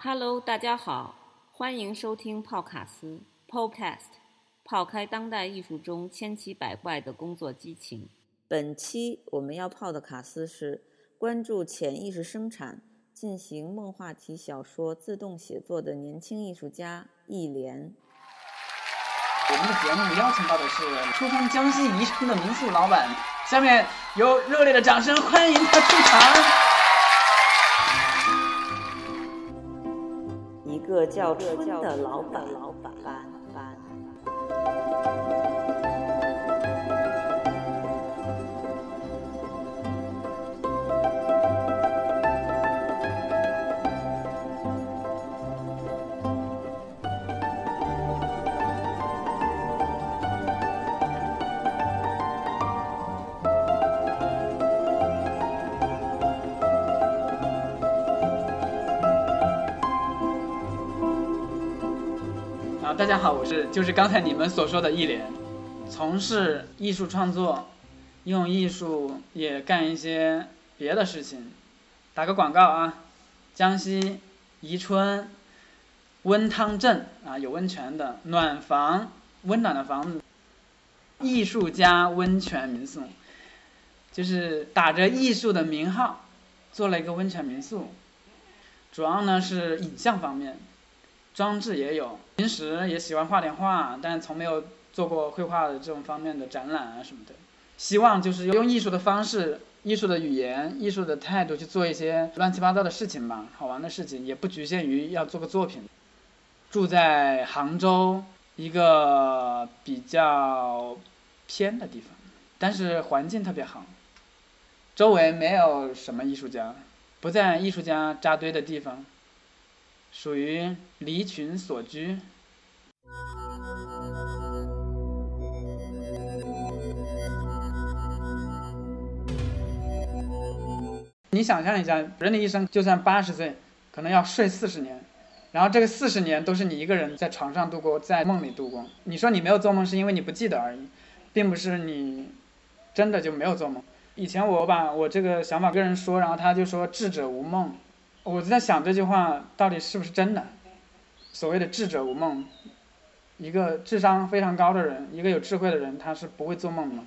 Hello， 大家好，欢迎收听泡卡斯 Podcast， 泡开当代艺术中千奇百怪的工作激情。本期我们要泡的卡斯是关注潜意识生产、进行梦话体小说自动写作的年轻艺术家易莲。 我们的节目邀请到的是出身江西宜春的民宿老板，下面有热烈的掌声欢迎他出场。 一个叫春的老板。 大家好，我是刚才你们所说的易莲，从事艺术创作，用艺术也干一些别的事情。打个广告啊，江西宜春温汤镇啊，有温泉的暖房，温暖的房子，艺术家温泉民宿，就是打着艺术的名号做了一个温泉民宿，主要呢是影像方面，装置也有，平时也喜欢画点画，但从没有做过绘画的这种方面的展览啊什么的。希望就是用艺术的方式、艺术的语言、艺术的态度去做一些乱七八糟的事情吧，好玩的事情，也不局限于要做个作品。住在杭州一个比较偏的地方，但是环境特别好，周围没有什么艺术家，不在艺术家扎堆的地方，属于离群所居。你想象一下，人的一生就算80岁，可能要睡40年，然后这个40年都是你一个人在床上度过，在梦里度过。你说你没有做梦是因为你不记得而已，并不是你真的就没有做梦。以前我把我这个想法跟人说，然后他就说智者无梦，我就在想这句话到底是不是真的。所谓的智者无梦，一个智商非常高的人，一个有智慧的人，他是不会做梦的吗？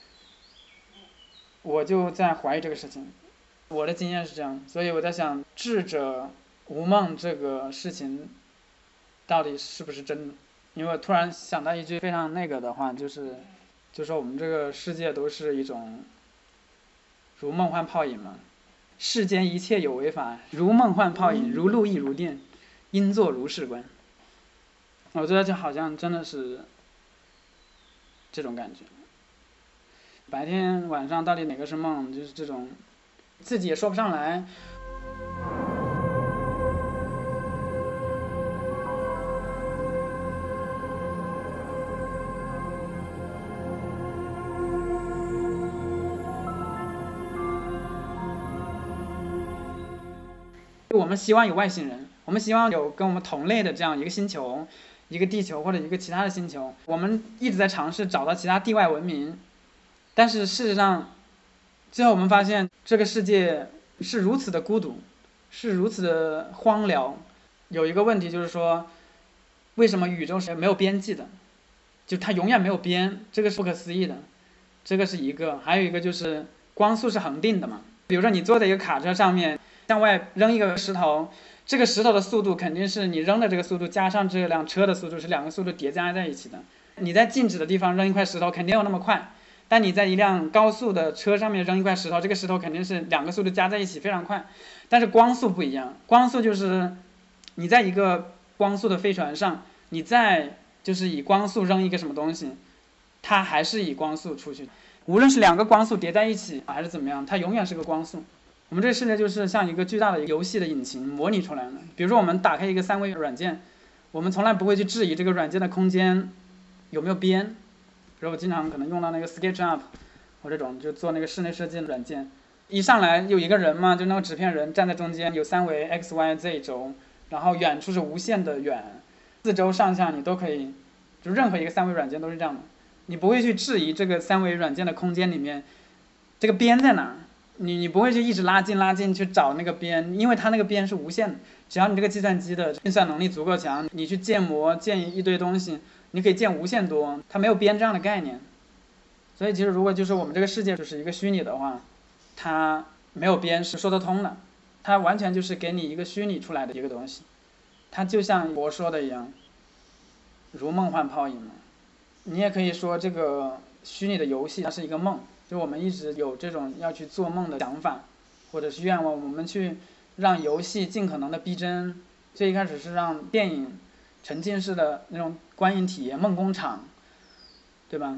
我就在怀疑这个事情，我的经验是这样，所以我在想智者无梦这个事情到底是不是真的。因为我突然想到一句非常那个的话，就说我们这个世界都是一种如梦幻泡影嘛，世间一切有为法，如梦幻泡影，如露亦如电，应作如是观。我觉得就好像真的是这种感觉，白天晚上到底哪个是梦，就是这种自己也说不上来。我们希望有外星人，我们希望有跟我们同类的这样一个星球，一个地球或者一个其他的星球，我们一直在尝试找到其他地外文明，但是事实上最后我们发现这个世界是如此的孤独，是如此的荒凉。有一个问题就是说，为什么宇宙是没有边际的，就它永远没有边，这个是不可思议的，这个是一个。还有一个就是光速是恒定的嘛，比如说你坐在一个卡车上面向外扔一个石头，这个石头的速度肯定是你扔的这个速度加上这辆车的速度，是两个速度叠加在一起的。你在静止的地方扔一块石头肯定有那么快，但你在一辆高速的车上面扔一块石头，这个石头肯定是两个速度加在一起非常快。但是光速不一样，光速就是你在一个光速的飞船上，你再就是以光速扔一个什么东西，它还是以光速出去，无论是两个光速叠在一起还是怎么样，它永远是个光速。我们这个世界就是像一个巨大的游戏的引擎模拟出来的。比如说我们打开一个3维软件，我们从来不会去质疑这个软件的空间有没有边。比如我经常可能用到那个 SketchUp 或这种就做那个室内设计的软件，一上来有一个人嘛，就那个纸片人站在中间，有3维 XYZ 轴，然后远处是无限的远，四周上下你都可以，就任何一个3维软件都是这样的，你不会去质疑这个3维软件的空间里面这个边在哪， 你不会去一直拉近去找那个边，因为它那个边是无限的。只要你这个计算机的运算能力足够强，你去建模建一堆东西，你可以建无限多，它没有边这样的概念。所以其实如果就是我们这个世界就是一个虚拟的话，它没有边是说得通的，它完全就是给你一个虚拟出来的一个东西，它就像我说的一样，如梦幻泡影嘛。你也可以说这个虚拟的游戏它是一个梦，就我们一直有这种要去做梦的想法或者是愿望，我们去让游戏尽可能的逼真。最一开始是让电影沉浸式的那种观影体验，梦工厂，对吧？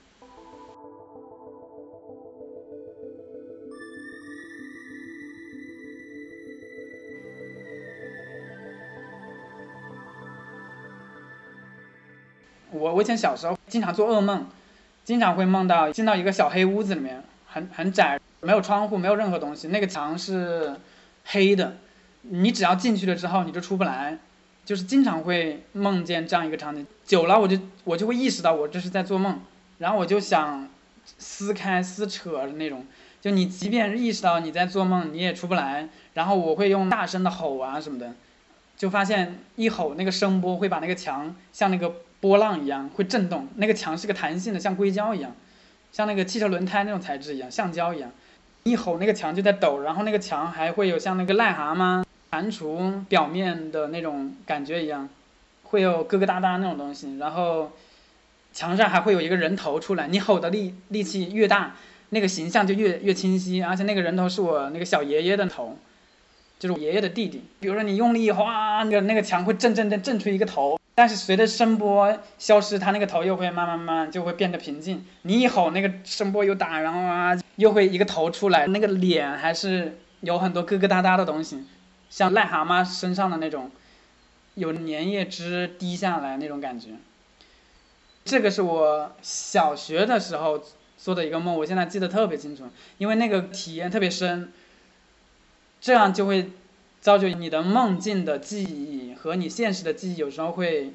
我以前小时候经常做噩梦，经常会梦到进到一个小黑屋子里面，很窄，没有窗户，没有任何东西，那个墙是黑的，你只要进去了之后你就出不来，就是经常会梦见这样一个场景。久了我就会意识到我这是在做梦，然后我就想撕开撕扯的那种，就你即便意识到你在做梦，你也出不来，然后我会用大声的吼啊什么的，就发现一吼那个声波会把那个墙像那个波浪一样会震动，那个墙是个弹性的，像硅胶一样，像那个汽车轮胎那种材质一样，橡胶一样，一吼那个墙就在抖，然后那个墙还会有像那个癞蛤蟆蟾蜍表面的那种感觉一样，会有疙疙瘩瘩那种东西，然后墙上还会有一个人头出来，你吼的力气越大，那个形象就越清晰，而且那个人头是我那个小爷爷的头，就是我爷爷的弟弟。比如说你用力哗，那个墙会震出一个头，但是随着声波消失，它那个头又会慢慢就会变得平静。你一吼，那个声波又大，然后又会一个头出来，那个脸还是有很多疙疙瘩瘩的东西，像癞蛤蟆身上的那种有粘液汁滴下来那种感觉。这个是我小学的时候做的一个梦，我现在记得特别清楚，因为那个体验特别深。这样就会造就你的梦境的记忆和你现实的记忆有时候会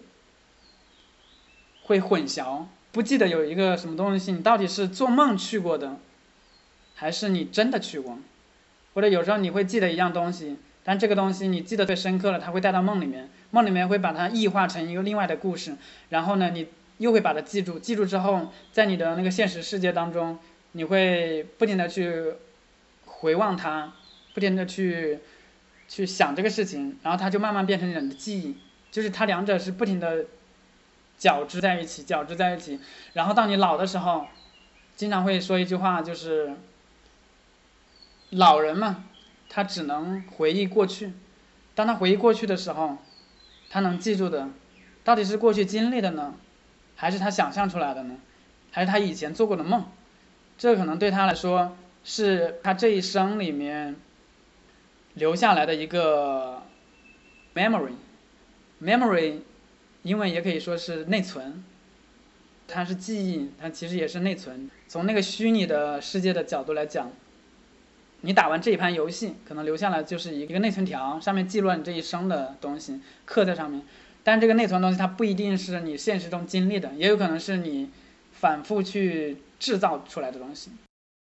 混淆，不记得有一个什么东西，你到底是做梦去过的，还是你真的去过？或者有时候你会记得一样东西，但这个东西你记得最深刻了，它会带到梦里面，梦里面会把它异化成一个另外的故事，然后呢，你又会把它记住，记住之后，在你的那个现实世界当中，你会不停的去回望它，不停的去想这个事情，然后它就慢慢变成你的记忆，就是它两者是不停的交织在一起，然后到你老的时候，经常会说一句话，就是老人嘛，他只能回忆过去，当他回忆过去的时候，他能记住的到底是过去经历的呢，还是他想象出来的呢，还是他以前做过的梦？这可能对他来说是他这一生里面留下来的一个 memory， 英文也可以说是内存，它是记忆，它其实也是内存。从那个虚拟的世界的角度来讲，你打完这一盘游戏，可能留下来就是一个内存条，上面记录了你这一生的东西，刻在上面。但这个内存东西它不一定是你现实中经历的，也有可能是你反复去制造出来的东西。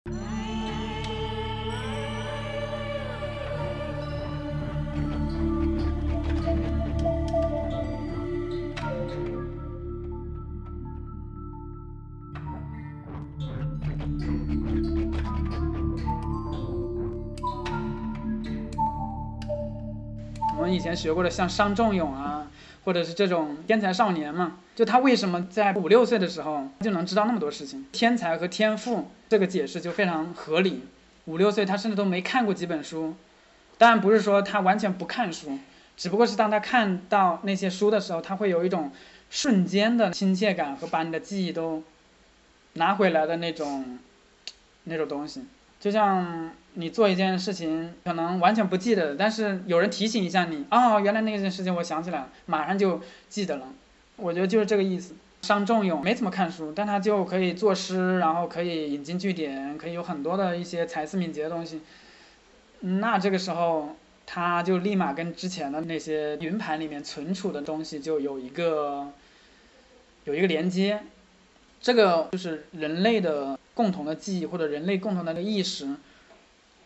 我们以前学过的像伤仲永啊，或者是这种天才少年嘛，就他为什么在5、6岁的时候就能知道那么多事情？天才和天赋这个解释就非常合理。5、6岁他甚至都没看过几本书，当然不是说他完全不看书，只不过是当他看到那些书的时候，他会有一种瞬间的亲切感和把你的记忆都拿回来的那种东西。就像你做一件事情可能完全不记得，但是有人提醒一下你，哦，原来那件事情我想起来了，马上就记得了。我觉得就是这个意思。伤仲永没怎么看书，但他就可以作诗，然后可以引经据典，可以有很多的一些才思敏捷的东西。那这个时候他就立马跟之前的那些云盘里面存储的东西就有一个连接。这个就是人类的共同的记忆，或者人类共同的意识，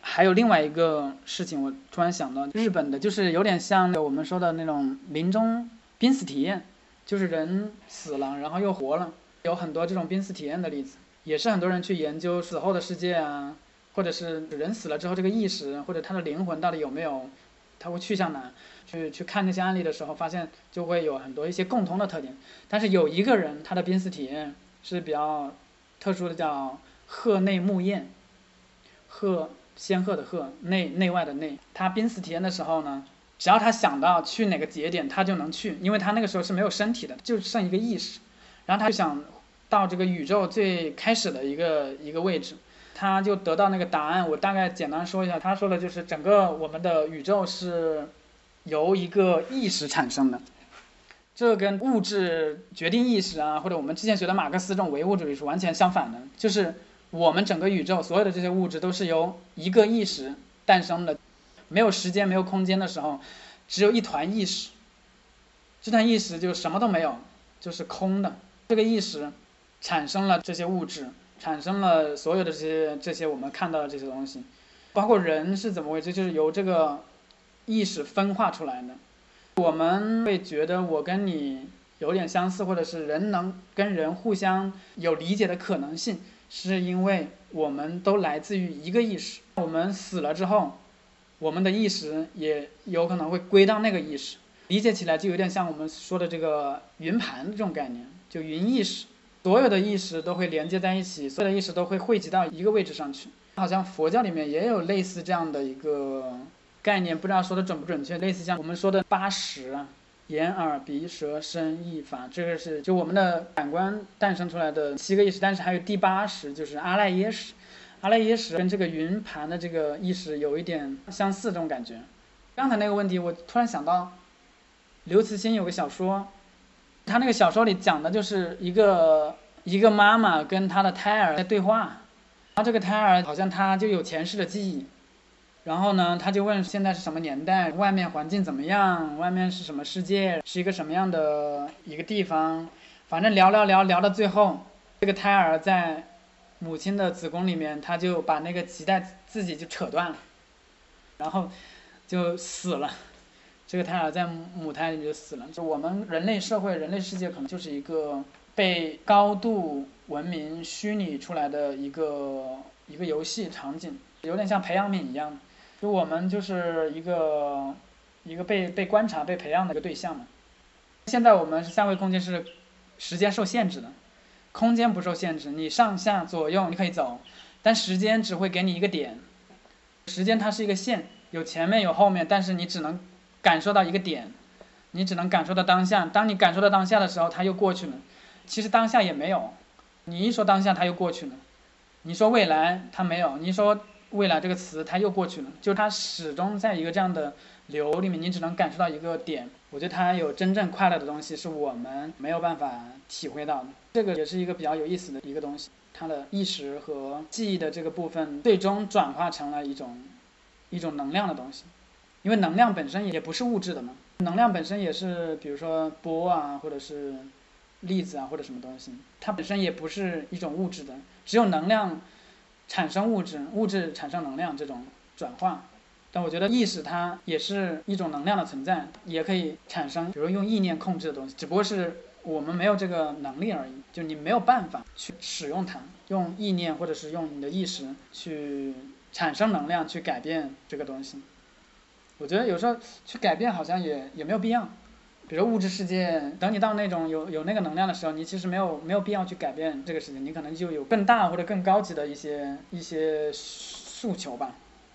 还有另外一个事情，我突然想到，日本的就是有点像我们说的那种临终濒死体验，就是人死了然后又活了，有很多这种濒死体验的例子，也是很多人去研究死后的世界啊，或者是人死了之后这个意识或者他的灵魂到底有没有，他会去向哪，去看那些案例的时候，发现就会有很多一些共同的特点。但是有一个人他的濒死体验是比较特殊的，叫鹤内木彦，仙鹤的鹤，内外的内。他濒死体验的时候呢，只要他想到去哪个节点，他就能去，因为他那个时候是没有身体的，就剩一个意识。然后他就想到这个宇宙最开始的一个位置，他就得到那个答案。我大概简单说一下，他说的就是整个我们的宇宙是由一个意识产生的。这跟物质决定意识啊，或者我们之前学的马克思这种唯物主义是完全相反的，就是我们整个宇宙所有的这些物质都是由一个意识诞生的，没有时间没有空间的时候，只有一团意识，这团意识就什么都没有，就是空的。这个意识产生了这些物质，产生了所有的这些我们看到的这些东西，包括人是怎么回事，就是由这个意识分化出来的。我们会觉得我跟你有点相似，或者是人能跟人互相有理解的可能性，是因为我们都来自于一个意识。我们死了之后，我们的意识也有可能会归到那个意识，理解起来就有点像我们说的这个云盘这种概念，就云意识，所有的意识都会连接在一起，所有的意识都会汇集到一个位置上去。好像佛教里面也有类似这样的一个概念，不知道说的准不准确，类似像我们说的80啊，眼耳鼻舌身意法，这个是就我们的感官诞生出来的7个意识，但是还有第80就是阿赖耶识。阿赖耶识跟这个云盘的这个意识有一点相似，这种感觉。刚才那个问题我突然想到，刘慈欣有个小说，他那个小说里讲的就是一个妈妈跟她的胎儿在对话，然后这个胎儿好像他就有前世的记忆，然后呢，他就问现在是什么年代，外面环境怎么样，外面是什么世界，是一个什么样的一个地方，反正聊到最后，这个胎儿在母亲的子宫里面，他就把那个脐带自己就扯断了，然后就死了。这个胎儿在母胎里就死了。就我们人类社会、人类世界可能就是一个被高度文明虚拟出来的一个游戏场景，有点像培养皿一样的。就我们就是一个被观察、被培养的一个对象嘛。现在我们三维空间是时间受限制的，空间不受限制，你上下左右你可以走，但时间只会给你一个点。时间它是一个线，有前面有后面，但是你只能感受到一个点，你只能感受到当下。当你感受到当下的时候，它又过去了。其实当下也没有，你一说当下它又过去了，你说未来它没有，你一说未来这个词它又过去了，就它始终在一个这样的流里面，你只能感受到一个点。我觉得它有真正快乐的东西是我们没有办法体会到的，这个也是一个比较有意思的一个东西。它的意识和记忆的这个部分最终转化成了一种能量的东西，因为能量本身也不是物质的嘛，能量本身也是比如说波啊，或者是粒子啊，或者什么东西，它本身也不是一种物质的，只有能量产生物质，物质产生能量这种转化。但我觉得意识它也是一种能量的存在，也可以产生比如用意念控制的东西，只不过是我们没有这个能力而已，就你没有办法去使用它，用意念或者是用你的意识去产生能量去改变这个东西。我觉得有时候去改变好像也没有必要，比如物质世界，等你到那种有那个能量的时候，你其实没有必要去改变这个世界，你可能就有更大或者更高级的一些诉求吧。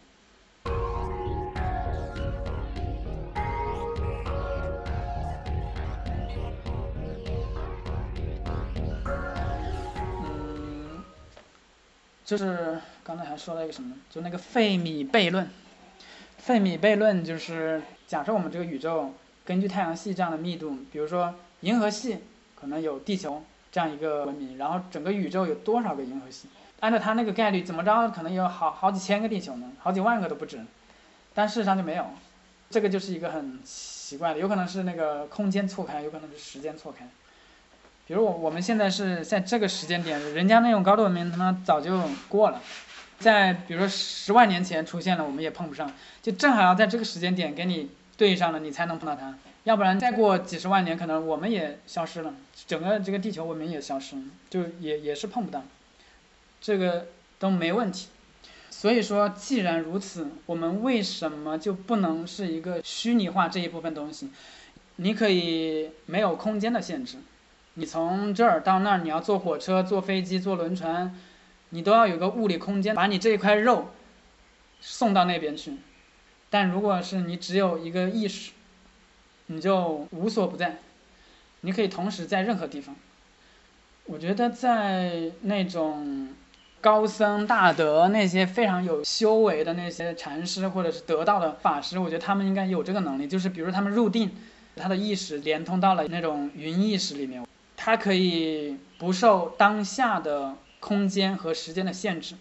就是刚才还说了一个什么，就那个费米悖论。费米悖论就是假设我们这个宇宙根据太阳系这样的密度，比如说银河系可能有地球这样一个文明，然后整个宇宙有多少个银河系，按照它那个概率怎么着可能有好几千个地球呢，好几万个都不止，但事实上就没有。这个就是一个很奇怪的，有可能是那个空间错开，有可能是时间错开。比如我们现在是在这个时间点，人家那种高度文明他早就过了， 在比如说10万年前出现了，我们也碰不上，就正好要在这个时间点给你对上了，你才能碰到它。要不然再过几十万年，可能我们也消失了，整个这个地球文明也消失了，就也是碰不到，这个都没问题。所以说，既然如此，我们为什么就不能是一个虚拟化这一部分东西？你可以没有空间的限制，你从这儿到那儿，你要坐火车、坐飞机、坐轮船，你都要有个物理空间，把你这一块肉送到那边去。但如果是你只有一个意识，你就无所不在，你可以同时在任何地方。我觉得在那种高僧大德，那些非常有修为的那些禅师或者是得道的法师，我觉得他们应该有这个能力，就是比如他们入定，他的意识连通到了那种云意识里面，他可以不受当下的空间和时间的限制。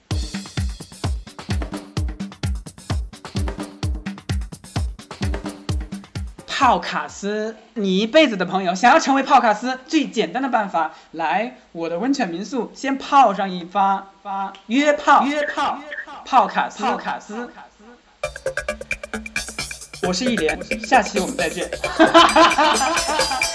泡卡斯，你一辈子的朋友想要成为泡卡斯，最简单的办法，来我的温泉民宿，先泡上一发约炮，泡卡斯。我是一莲，下期我们再见。